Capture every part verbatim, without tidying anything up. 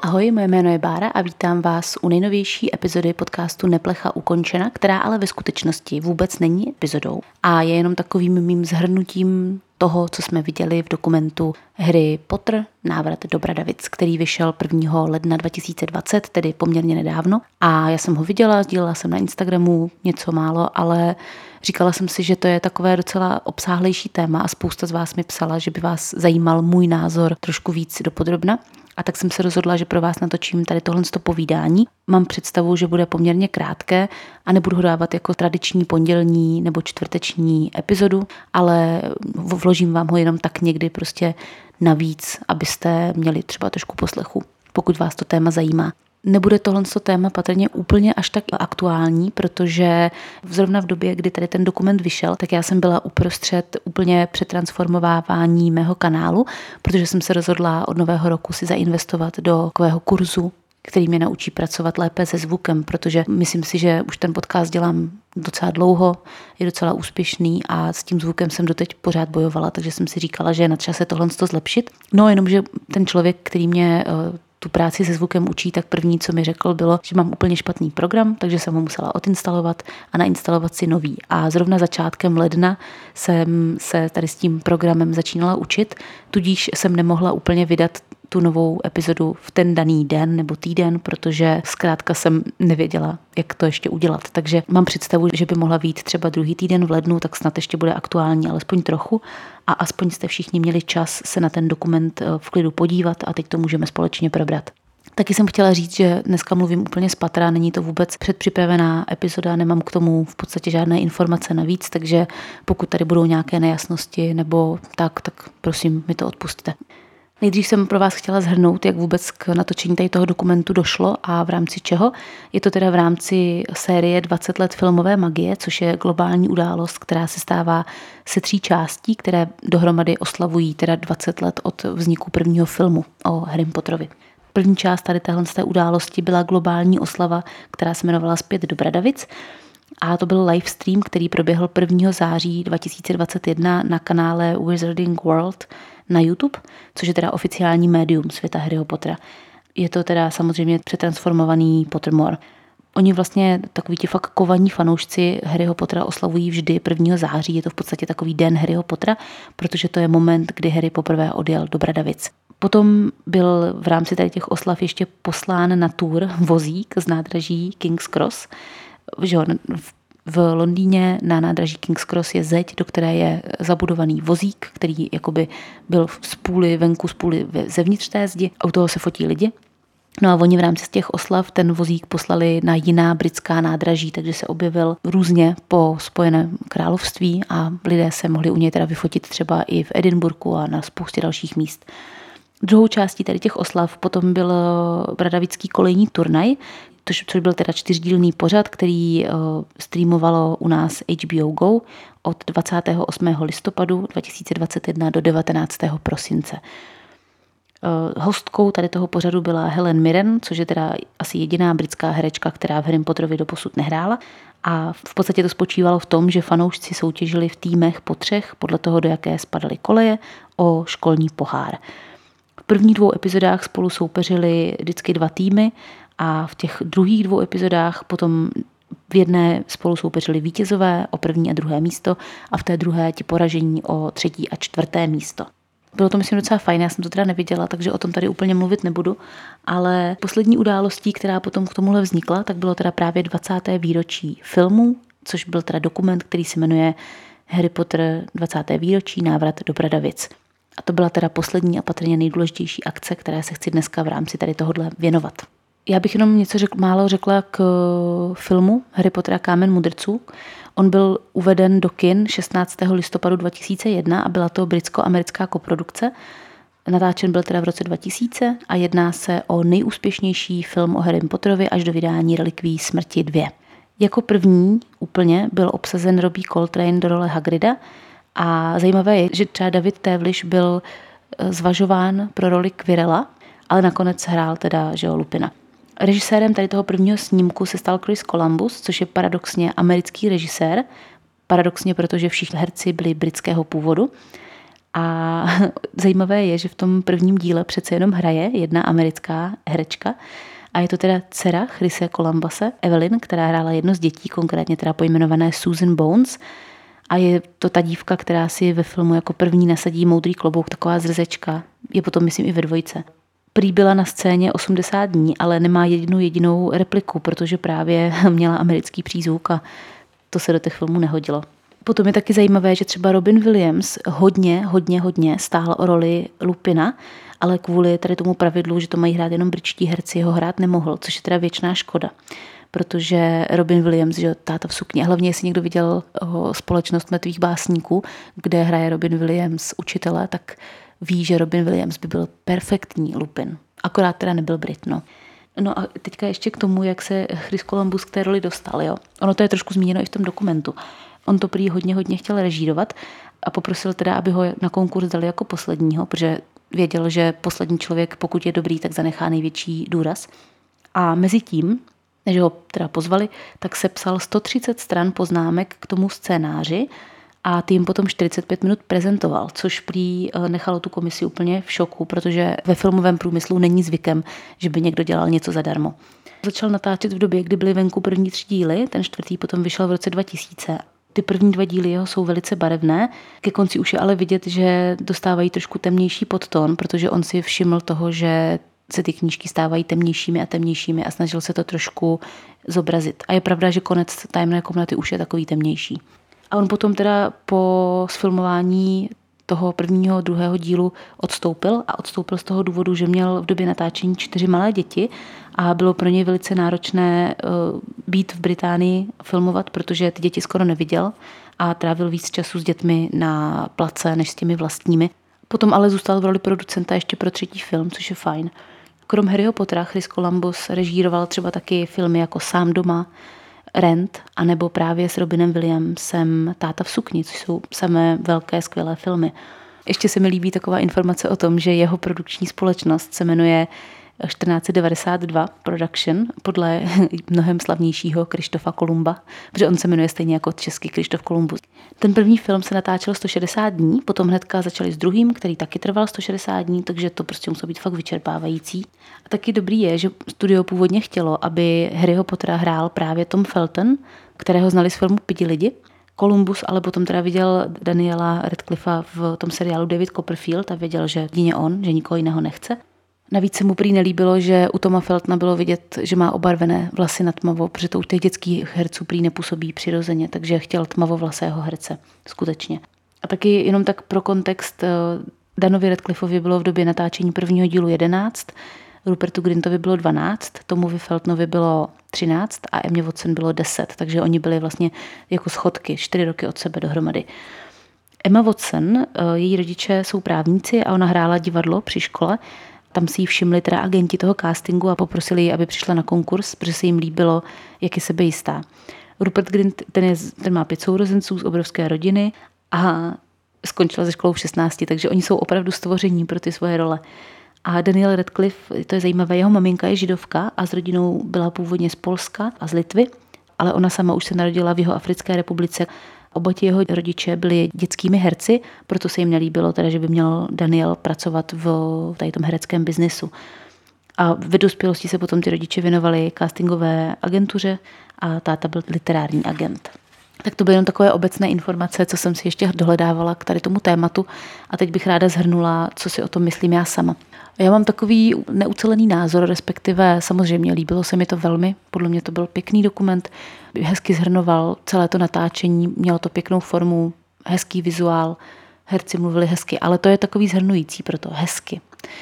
Ahoj, moje jméno je Bára a vítám vás u nejnovější epizody podcastu Neplecha ukončena, která ale ve skutečnosti vůbec není epizodou a je jenom takovým mým shrnutím toho, co jsme viděli v dokumentu Harry Potter návrat do Bradavic, který vyšel prvního ledna dva tisíce dvacet, tedy poměrně nedávno. A já jsem ho viděla, sdílela jsem na Instagramu něco málo, ale říkala jsem si, že to je takové docela obsáhlejší téma a spousta z vás mi psala, že by vás zajímal můj názor trošku víc dopodrobna. A tak jsem se rozhodla, že pro vás natočím tady tohle povídání. Mám představu, že bude poměrně krátké a nebudu ho dávat jako tradiční pondělní nebo čtvrteční epizodu, ale vložím vám ho jenom tak někdy prostě navíc, abyste měli třeba trošku poslechu, pokud vás to téma zajímá. Nebude tohle téma patrně úplně až tak aktuální, protože zrovna v době, kdy tady ten dokument vyšel, tak já jsem byla uprostřed úplně přetransformovávání mého kanálu, protože jsem se rozhodla od nového roku si zainvestovat do takového kurzu, který mě naučí pracovat lépe se zvukem, protože myslím si, že už ten podcast dělám docela dlouho, je docela úspěšný a s tím zvukem jsem doteď pořád bojovala, takže jsem si říkala, že je na čase tohle zlepšit. No jenomže ten člověk, který mě tu práci se zvukem učí, tak první, co mi řekl, bylo, že mám úplně špatný program, takže jsem ho musela odinstalovat a nainstalovat si nový. A zrovna začátkem ledna jsem se tady s tím programem začínala učit, tudíž jsem nemohla úplně vydat tu novou epizodu v ten daný den nebo týden, protože zkrátka jsem nevěděla, jak to ještě udělat. Takže mám představu, že by mohla být třeba druhý týden v lednu, tak snad ještě bude aktuální alespoň trochu a aspoň jste všichni měli čas se na ten dokument v klidu podívat a teď to můžeme společně probrat. Taky jsem chtěla říct, že dneska mluvím úplně z patra, není to vůbec předpřipravená epizoda, nemám k tomu v podstatě žádné informace navíc, takže pokud tady budou nějaké nejasnosti nebo tak, tak prosím mi to odpusťte. Nejdřív jsem pro vás chtěla shrnout, jak vůbec k natočení tady toho dokumentu došlo a v rámci čeho. Je to teda v rámci série dvacet let filmové magie, což je globální událost, která se stává se tří částí, které dohromady oslavují teda dvacet let od vzniku prvního filmu o Harry Potterovi. První část tady téhle události byla globální oslava, která se jmenovala Zpět do Bradavic. A to byl live stream, který proběhl prvního září dva tisíce dvacet jedna na kanále Wizarding World na YouTube, což je teda oficiální médium světa Harryho Pottera. Je to teda samozřejmě přetransformovaný Pottermore. Oni vlastně takový ti fakt kovaní fanoušci Harryho Pottera oslavují vždy prvního září. Je to v podstatě takový den Harryho Pottera, protože to je moment, kdy Harry poprvé odjel do Bradavic. Potom byl v rámci tady těch oslav ještě poslán na tour vozík z nádraží King's Cross. V Londýně na nádraží King's Cross je zeď, do které je zabudovaný vozík, který jakoby byl z půly venku, z půly zevnitř té zdi. A u toho se fotí lidi. No a oni v rámci těch oslav ten vozík poslali na jiná britská nádraží, takže se objevil různě po Spojeném království a lidé se mohli u něj teda vyfotit třeba i v Edinburghu a na spoustě dalších míst. Druhou částí tady těch oslav potom byl bradavický kolejní turnaj, což byl teda čtyřdílný pořad, který streamovalo u nás H B O Go od dvacátého osmého listopadu dva tisíce dvacet jedna do devatenáctého prosince. Hostkou tady toho pořadu byla Helen Mirren, což je teda asi jediná britská herečka, která v Harry Potterovi doposud nehrála. A v podstatě to spočívalo v tom, že fanoušci soutěžili v týmech po třech, podle toho, do jaké spadaly koleje, o školní pohár. V prvních dvou epizodách spolu soupeřili vždycky dva týmy a v těch druhých dvou epizodách potom v jedné spolu soupeřili vítězové o první a druhé místo a v té druhé ti poražení o třetí a čtvrté místo. Bylo to, myslím, docela fajn, já jsem to teda neviděla, takže o tom tady úplně mluvit nebudu, ale poslední událostí, která potom k tomuhle vznikla, tak bylo teda právě dvacáté výročí filmu, což byl teda dokument, který se jmenuje Harry Potter dvacáté výročí návrat do Bradavic. A to byla teda poslední a patrně nejdůležitější akce, které se chci dneska v rámci tady tohohle věnovat. Já bych jenom něco řek, málo řekla k filmu Harry Potter a kámen mudrců. On byl uveden do kin šestnáctého listopadu dva tisíce jedna a byla to britsko-americká koprodukce. Natáčen byl teda v roce dva tisíce a jedná se o nejúspěšnější film o Harry Potterovi až do vydání Relikví smrti dva. Jako první úplně byl obsazen Robbie Coltrane do role Hagrida a zajímavé je, že třeba David Tewlish byl zvažován pro roli Quirrella, ale nakonec hrál teda že jo, Lupina. Režisérem tady toho prvního snímku se stal Chris Columbus, což je paradoxně americký režisér, paradoxně, protože všichni herci byli britského původu. A zajímavé je, že v tom prvním díle přece jenom hraje jedna americká herečka a je to teda dcera Chrise Columbuse, Evelyn, která hrála jedno z dětí, konkrétně teda pojmenované Susan Bones. A je to ta dívka, která si ve filmu jako první nasadí modrý klobouk, taková zrzečka. Je potom, myslím, i ve dvojce. Prý byla na scéně osmdesát dní, ale nemá jednu jedinou repliku, protože právě měla americký přízvuk a to se do těch filmů nehodilo. Potom je taky zajímavé, že třeba Robin Williams hodně, hodně, hodně stál o roli Lupina, ale kvůli tady tomu pravidlu, že to mají hrát jenom britští herci, ho hrát nemohl, což je teda věčná škoda. Protože Robin Williams, že táta v sukni, a hlavně jestli někdo viděl Společnost mrtvých básníků, kde hraje Robin Williams učitele, tak ví, že Robin Williams by byl perfektní Lupin. Akorát teda nebyl Brit, no. No a teďka ještě k tomu, jak se Chris Columbus k té roli dostal, jo. Ono to je trošku zmíněno i v tom dokumentu. On to prý hodně, hodně chtěl režírovat a poprosil teda, aby ho na konkurs dali jako posledního, protože věděl, že poslední člověk, pokud je dobrý, tak zanechá největší důraz. A mezi tím, než ho teda pozvali, tak sepsal sto třicet stran poznámek k tomu scénáři a tým potom čtyřicet pět minut prezentoval, což prý nechalo tu komisi úplně v šoku, protože ve filmovém průmyslu není zvykem, že by někdo dělal něco zadarmo. Začal natáčet v době, kdy byly venku první tři díly, ten čtvrtý potom vyšel v roce dva tisíce. Ty první dva díly jeho jsou velice barevné, ke konci už je ale vidět, že dostávají trošku temnější podtón, protože on si všiml toho, že se ty knížky stávají temnějšími a temnějšími a snažil se to trošku zobrazit. A je pravda, že konec Tajemné komnaty už je takový temnější. A on potom teda po sfilmování toho prvního, druhého dílu odstoupil a odstoupil z toho důvodu, že měl v době natáčení čtyři malé děti a bylo pro něj velice náročné uh, být v Británii filmovat, protože ty děti skoro neviděl a trávil víc času s dětmi na place než s těmi vlastními. Potom ale zůstal v roli producenta ještě pro třetí film, což je fajn. Krom Harryho Pottera Chris Columbus režíroval třeba taky filmy jako Sám doma, Rent, anebo právě s Robinem Williamsem Táta v sukni, což jsou samé velké, skvělé filmy. Ještě se mi líbí taková informace o tom, že jeho produkční společnost se jmenuje čtrnáct devadesát dva Production, podle mnohem slavnějšího Krištofa Kolumba, protože on se jmenuje stejně jako český Krištof Kolumbus. Ten první film se natáčel sto šedesát dní, potom hnedka začali s druhým, který taky trval sto šedesát dní, takže to prostě muselo být fakt vyčerpávající. A taky dobrý je, že studio původně chtělo, aby Harryho Pottera hrál právě Tom Felton, kterého znali z filmu Pidi lidi. Columbus ale potom teda viděl Daniela Radcliffea v tom seriálu David Copperfield a věděl, že jedině on, že nikoho jiného nechce. Navíc se mu prý nelíbilo, že u Toma Feltona bylo vidět, že má obarvené vlasy na tmavo, protože to u těch dětských herců prý nepůsobí přirozeně, takže chtěl tmavovlasého herce, skutečně. A taky jenom tak pro kontext, Danovi Radcliffovi bylo v době natáčení prvního dílu jedenáct, Rupertu Grintovi bylo dvanáct, Tomovi Feltonovi bylo třináct a Emmě Watson bylo deset, takže oni byli vlastně jako schodky, čtyři roky od sebe dohromady. Emma Watson, její rodiče jsou právníci a ona hrála divadlo při škole. Tam si ji všimli teda agenti toho castingu a poprosili ji, aby přišla na konkurs, protože se jim líbilo, jak je sebejistá. Rupert Grint, ten, je, ten má pět sourozenců z obrovské rodiny a skončila ze školou v šestnácti, takže oni jsou opravdu stvoření pro ty svoje role. A Daniel Radcliffe, to je zajímavé, jeho maminka je židovka a s rodinou byla původně z Polska a z Litvy, ale ona sama už se narodila v Jihoafrické republice. Oba ti jeho rodiče byli dětskými herci, proto se jim nelíbilo, teda, že by měl Daniel pracovat v tady tom hereckém biznesu. A v dospělosti se potom ty rodiče věnovali castingové agentuře a táta byl literární agent. Tak to byly jenom takové obecné informace, co jsem si ještě dohledávala k tady tomu tématu a teď bych ráda shrnula, co si o tom myslím já sama. Já mám takový neucelený názor, respektive samozřejmě líbilo se mi to velmi, podle mě to byl pěkný dokument, hezky shrnoval celé to natáčení, mělo to pěknou formu, hezký vizuál, herci mluvili hezky, ale to je takový shrnující proto, hezky.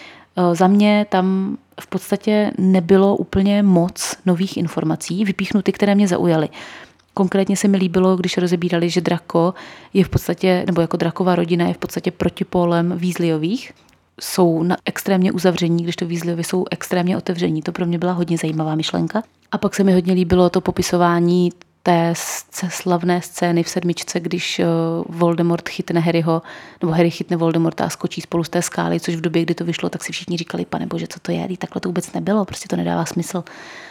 Za mě tam v podstatě nebylo úplně moc nových informací, vypíchnu ty, které mě zaujaly. Konkrétně se mi líbilo, když rozebírali, že Draco je v podstatě, nebo jako Dracova rodina je v podstatě protipólem Weasleyových. Jsou na extrémně uzavření, když to Weasleyovi jsou extrémně otevření. To pro mě byla hodně zajímavá myšlenka. A pak se mi hodně líbilo to popisování té slavné scény v sedmičce, když Voldemort chytne Harryho, nebo Harry chytne Voldemorta a skočí spolu z té skály, což v době, kdy to vyšlo, tak si všichni říkali, pane bože, co to je, takhle to vůbec nebylo, prostě to nedává smysl.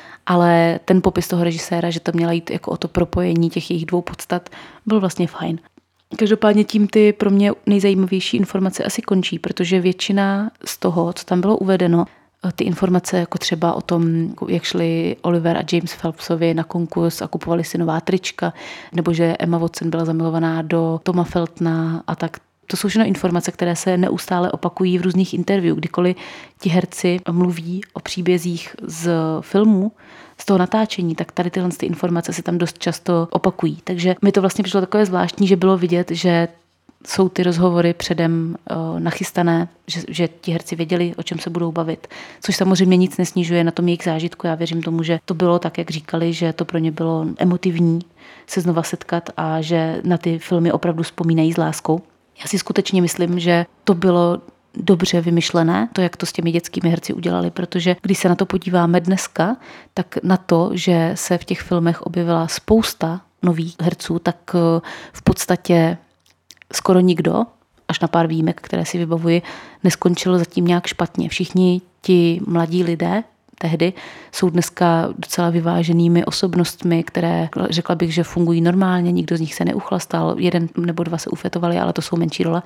Ale ten popis toho režiséra, že to měla jít jako o to propojení těch jejich dvou podstat, byl vlastně fajn. Každopádně tím ty pro mě nejzajímavější informace asi končí, protože většina z toho, co tam bylo uvedeno, ty informace jako třeba o tom, jak šli Oliver a James Phelpsovi na konkurs a kupovali si nová trička, nebo že Emma Watson byla zamilovaná do Toma Feltona a tak. To jsou všechno informace, které se neustále opakují v různých interview, kdykoliv ti herci mluví o příbězích z filmů, z toho natáčení, tak tady tyhle ty informace se tam dost často opakují. Takže mi to vlastně přišlo takové zvláštní, že bylo vidět, že jsou ty rozhovory předem uh, nachystané, že, že ti herci věděli, o čem se budou bavit, což samozřejmě nic nesnižuje na tom jejich zážitku. Já věřím tomu, že to bylo tak, jak říkali, že to pro ně bylo emotivní se znova setkat a že na ty filmy opravdu vzpomínají s láskou. Já si skutečně myslím, že to bylo dobře vymyšlené, to, jak to s těmi dětskými herci udělali, protože když se na to podíváme dneska, tak na to, že se v těch filmech objevila spousta nových herců, tak v podstatě skoro nikdo, až na pár výjimek, které si vybavuji, neskončil zatím nějak špatně. Všichni ti mladí lidé tehdy jsou dneska docela vyváženými osobnostmi, které řekla bych, že fungují normálně, nikdo z nich se neuchlastal, jeden nebo dva se ufetovali, ale to jsou menší role.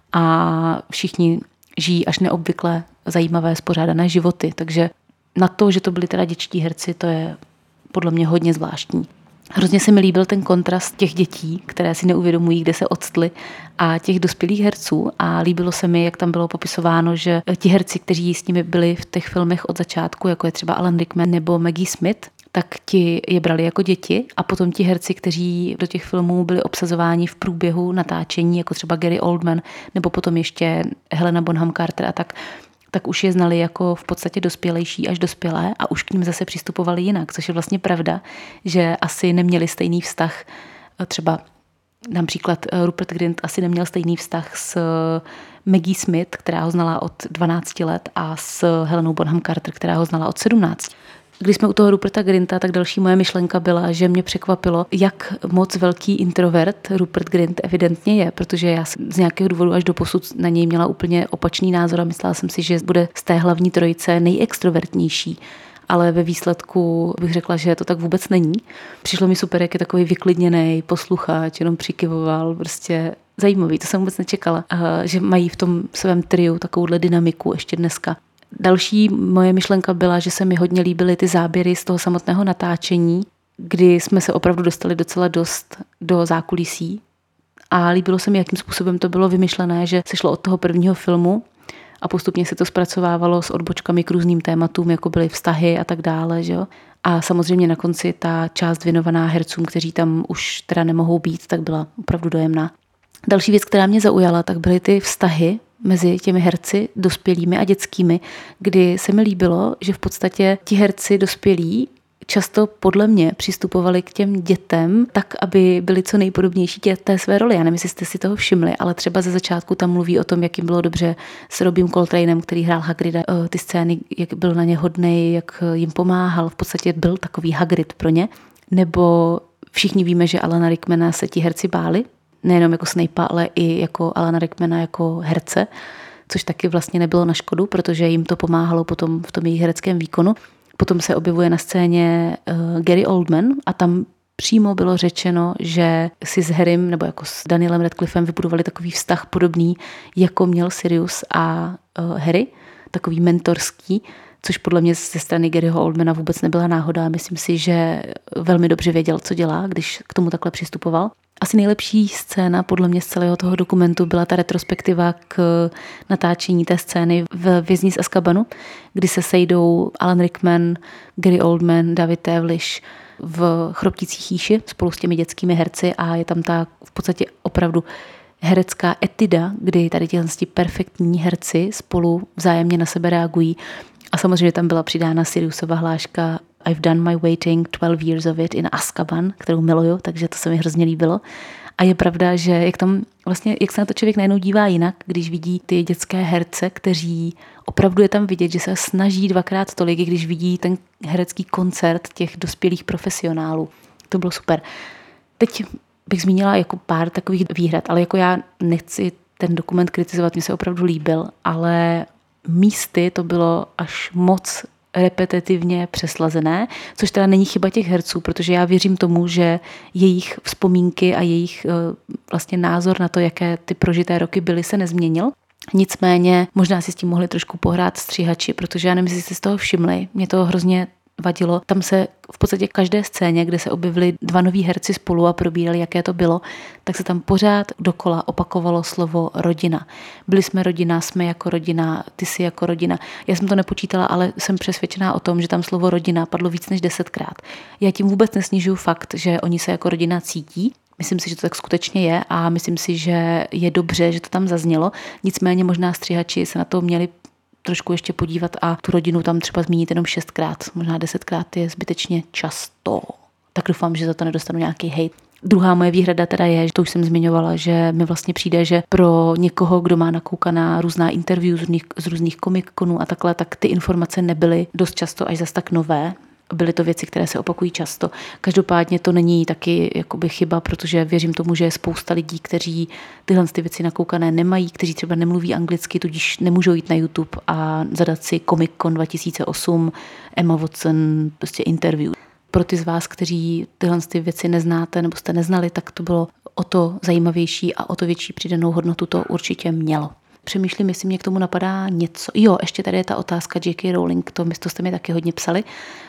A všichni žijí až neobvykle zajímavé spořádané životy. Takže na to, že to byli teda dětští herci, to je podle mě hodně zvláštní. Hrozně se mi líbil ten kontrast těch dětí, které si neuvědomují, kde se odstly, a těch dospělých herců. A líbilo se mi, jak tam bylo popisováno, že ti herci, kteří s nimi byli v těch filmech od začátku, jako je třeba Alan Rickman nebo Maggie Smith, tak ti je brali jako děti a potom ti herci, kteří do těch filmů byli obsazováni v průběhu natáčení, jako třeba Gary Oldman nebo potom ještě Helena Bonham Carter a tak, tak už je znali jako v podstatě dospělejší až dospělé a už k ním zase přistupovali jinak, což je vlastně pravda, že asi neměli stejný vztah, třeba například Rupert Grint asi neměl stejný vztah s Maggie Smith, která ho znala od dvanácti let, a s Helenou Bonham Carter, která ho znala od sedmnácti. Když jsme u toho Ruperta Grinta, tak další moje myšlenka byla, že mě překvapilo, jak moc velký introvert Rupert Grint evidentně je, protože já z nějakého důvodu až do posud na něj měla úplně opačný názor a myslela jsem si, že bude z té hlavní trojice nejextrovertnější. Ale ve výsledku bych řekla, že to tak vůbec není. Přišlo mi super, jak je takový vyklidněný posluchač, jenom přikyvoval, prostě zajímavý, to jsem vůbec nečekala, že mají v tom svém triu takovouhle dynamiku ještě dneska. Další moje myšlenka byla, že se mi hodně líbily ty záběry z toho samotného natáčení, kdy jsme se opravdu dostali docela dost do zákulisí a líbilo se mi, jakým způsobem to bylo vymyšlené, že se šlo od toho prvního filmu a postupně se to zpracovávalo s odbočkami k různým tématům, jako byly vztahy a tak dále, že jo. A samozřejmě na konci ta část věnovaná hercům, kteří tam už teda nemohou být, tak byla opravdu dojemná. Další věc, která mě zaujala, tak byly ty vztahy mezi těmi herci dospělými a dětskými, kdy se mi líbilo, že v podstatě ti herci dospělí často podle mě přistupovali k těm dětem tak, aby byli co nejpodobnější tě, té své roli. Já nevím, jestli jste si toho všimli, ale třeba ze začátku tam mluví o tom, jak jim bylo dobře s Robím Coltraneem, který hrál Hagrida, ty scény, jak byl na ně hodnej, jak jim pomáhal, v podstatě byl takový Hagrid pro ně. Nebo všichni víme, že Alana Rickmana se ti herci báli, nejenom jako Snape'a, ale i jako Alana Rickmana jako herce, což taky vlastně nebylo na škodu, protože jim to pomáhalo potom v tom jejich hereckém výkonu. Potom se objevuje na scéně uh, Gary Oldman a tam přímo bylo řečeno, že si s Harrym nebo jako s Danielem Radcliffem vybudovali takový vztah podobný, jako měl Sirius a uh, Harry, takový mentorský, což podle mě ze strany Garyho Oldmana vůbec nebyla náhoda. Myslím si, že velmi dobře věděl, co dělá, když k tomu takhle přistupoval. Asi nejlepší scéna podle mě z celého toho dokumentu byla ta retrospektiva k natáčení té scény v Vězni z Azkabanu, kdy se sejdou Alan Rickman, Gary Oldman, David Tewlish v Chroptící chýši spolu s těmi dětskými herci a je tam ta v podstatě opravdu herecká etida, kdy tady těhle perfektní herci spolu vzájemně na sebe reagují. A samozřejmě tam byla přidána Siriusova hláška I've done my waiting, twelve years of it in Azkaban, kterou miluju, takže to se mi hrozně líbilo. A je pravda, že jak tam vlastně, jak se na to člověk najednou dívá jinak, když vidí ty dětské herce, kteří opravdu je tam vidět, že se snaží dvakrát tolik, když vidí ten herecký koncert těch dospělých profesionálů. To bylo super. Teď bych zmínila jako pár takových výhrad, ale jako já nechci ten dokument kritizovat, mi se opravdu líbil, ale místy to bylo až moc repetitivně přeslazené, což teda není chyba těch herců, protože já věřím tomu, že jejich vzpomínky a jejich vlastně názor na to, jaké ty prožité roky byly, se nezměnil. Nicméně možná si s tím mohli trošku pohrát stříhači, protože já nevím, jestli jste z toho všimli, mě to hrozně vadilo. Tam se v podstatě každé scéně, kde se objevili dva noví herci spolu a probírali, jaké to bylo, tak se tam pořád dokola opakovalo slovo rodina. Byli jsme rodina, jsme jako rodina, ty jsi jako rodina. Já jsem to nepočítala, ale jsem přesvědčená o tom, že tam slovo rodina padlo víc než desetkrát. Já tím vůbec nesnižuju fakt, že oni se jako rodina cítí. Myslím si, že to tak skutečně je a myslím si, že je dobře, že to tam zaznělo. Nicméně možná stříhači se na to měli trošku ještě podívat a tu rodinu tam třeba zmínit jenom šestkrát, možná desetkrát je zbytečně často. Tak doufám, že za to nedostanu nějaký hejt. Druhá moje výhrada teda je, že to už jsem zmiňovala, že mi vlastně přijde, že pro někoho, kdo má nakoukaná různá interview z různých, z různých komik-konů a takhle, tak ty informace nebyly dost často až zas tak nové. Byly to věci, které se opakují často. Každopádně to není taky jakoby chyba, protože věřím tomu, že je spousta lidí, kteří tyhle ty věci nakoukané nemají, kteří třeba nemluví anglicky, tudíž nemůžou jít na YouTube a zadat si Comic Con dva tisíce osm, Emma Watson, prostě interview. Pro ty z vás, kteří tyhle ty věci neznáte nebo jste neznali, tak to bylo o to zajímavější a o to větší přidanou hodnotu to určitě mělo. Přemýšlím, jestli mě k tomu napadá něco. Jo, ještě tady je ta otázka J K. Rowling, to, to jste mi taky hodně psali.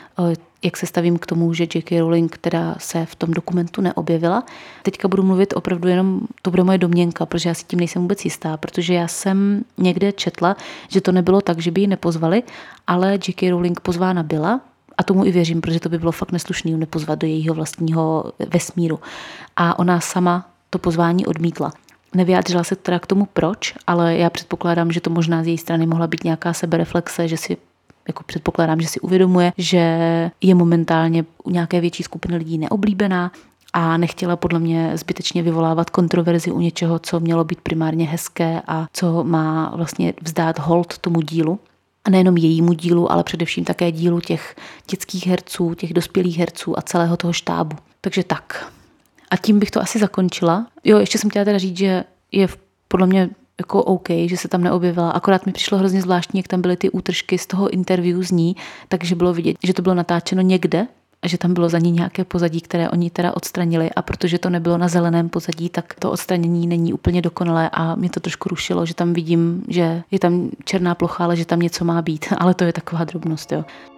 Jak se stavím k tomu, že J K. Rowling teda se v tom dokumentu neobjevila. Teďka budu mluvit opravdu jenom, to bude moje domněnka, protože já si tím nejsem vůbec jistá, protože já jsem někde četla, že to nebylo tak, že by ji nepozvali, ale J K. Rowling pozvána byla a tomu i věřím, protože to by bylo fakt neslušný nepozvat do jejího vlastního vesmíru. A ona sama to pozvání odmítla. Nevyjádřila se teda k tomu proč, ale já předpokládám, že to možná z její strany mohla být nějaká sebereflexe, že si jako předpokládám, že si uvědomuje, že je momentálně u nějaké větší skupiny lidí neoblíbená a nechtěla podle mě zbytečně vyvolávat kontroverzi u něčeho, co mělo být primárně hezké a co má vlastně vzdát hold tomu dílu. A nejenom jejímu dílu, ale především také dílu těch dětských herců, těch dospělých herců a celého toho štábu. Takže tak. A tím bych to asi zakončila. Jo, ještě jsem chtěla teda říct, že je podle mě jako OK, že se tam neobjevila. Akorát mi přišlo hrozně zvláštní, jak tam byly ty útržky z toho interview z ní, takže bylo vidět, že to bylo natáčeno někde a že tam bylo za ní nějaké pozadí, které oni teda odstranili a protože to nebylo na zeleném pozadí, tak to odstranění není úplně dokonalé a mě to trošku rušilo, že tam vidím, že je tam černá plocha, ale že tam něco má být, ale to je taková drobnost, jo.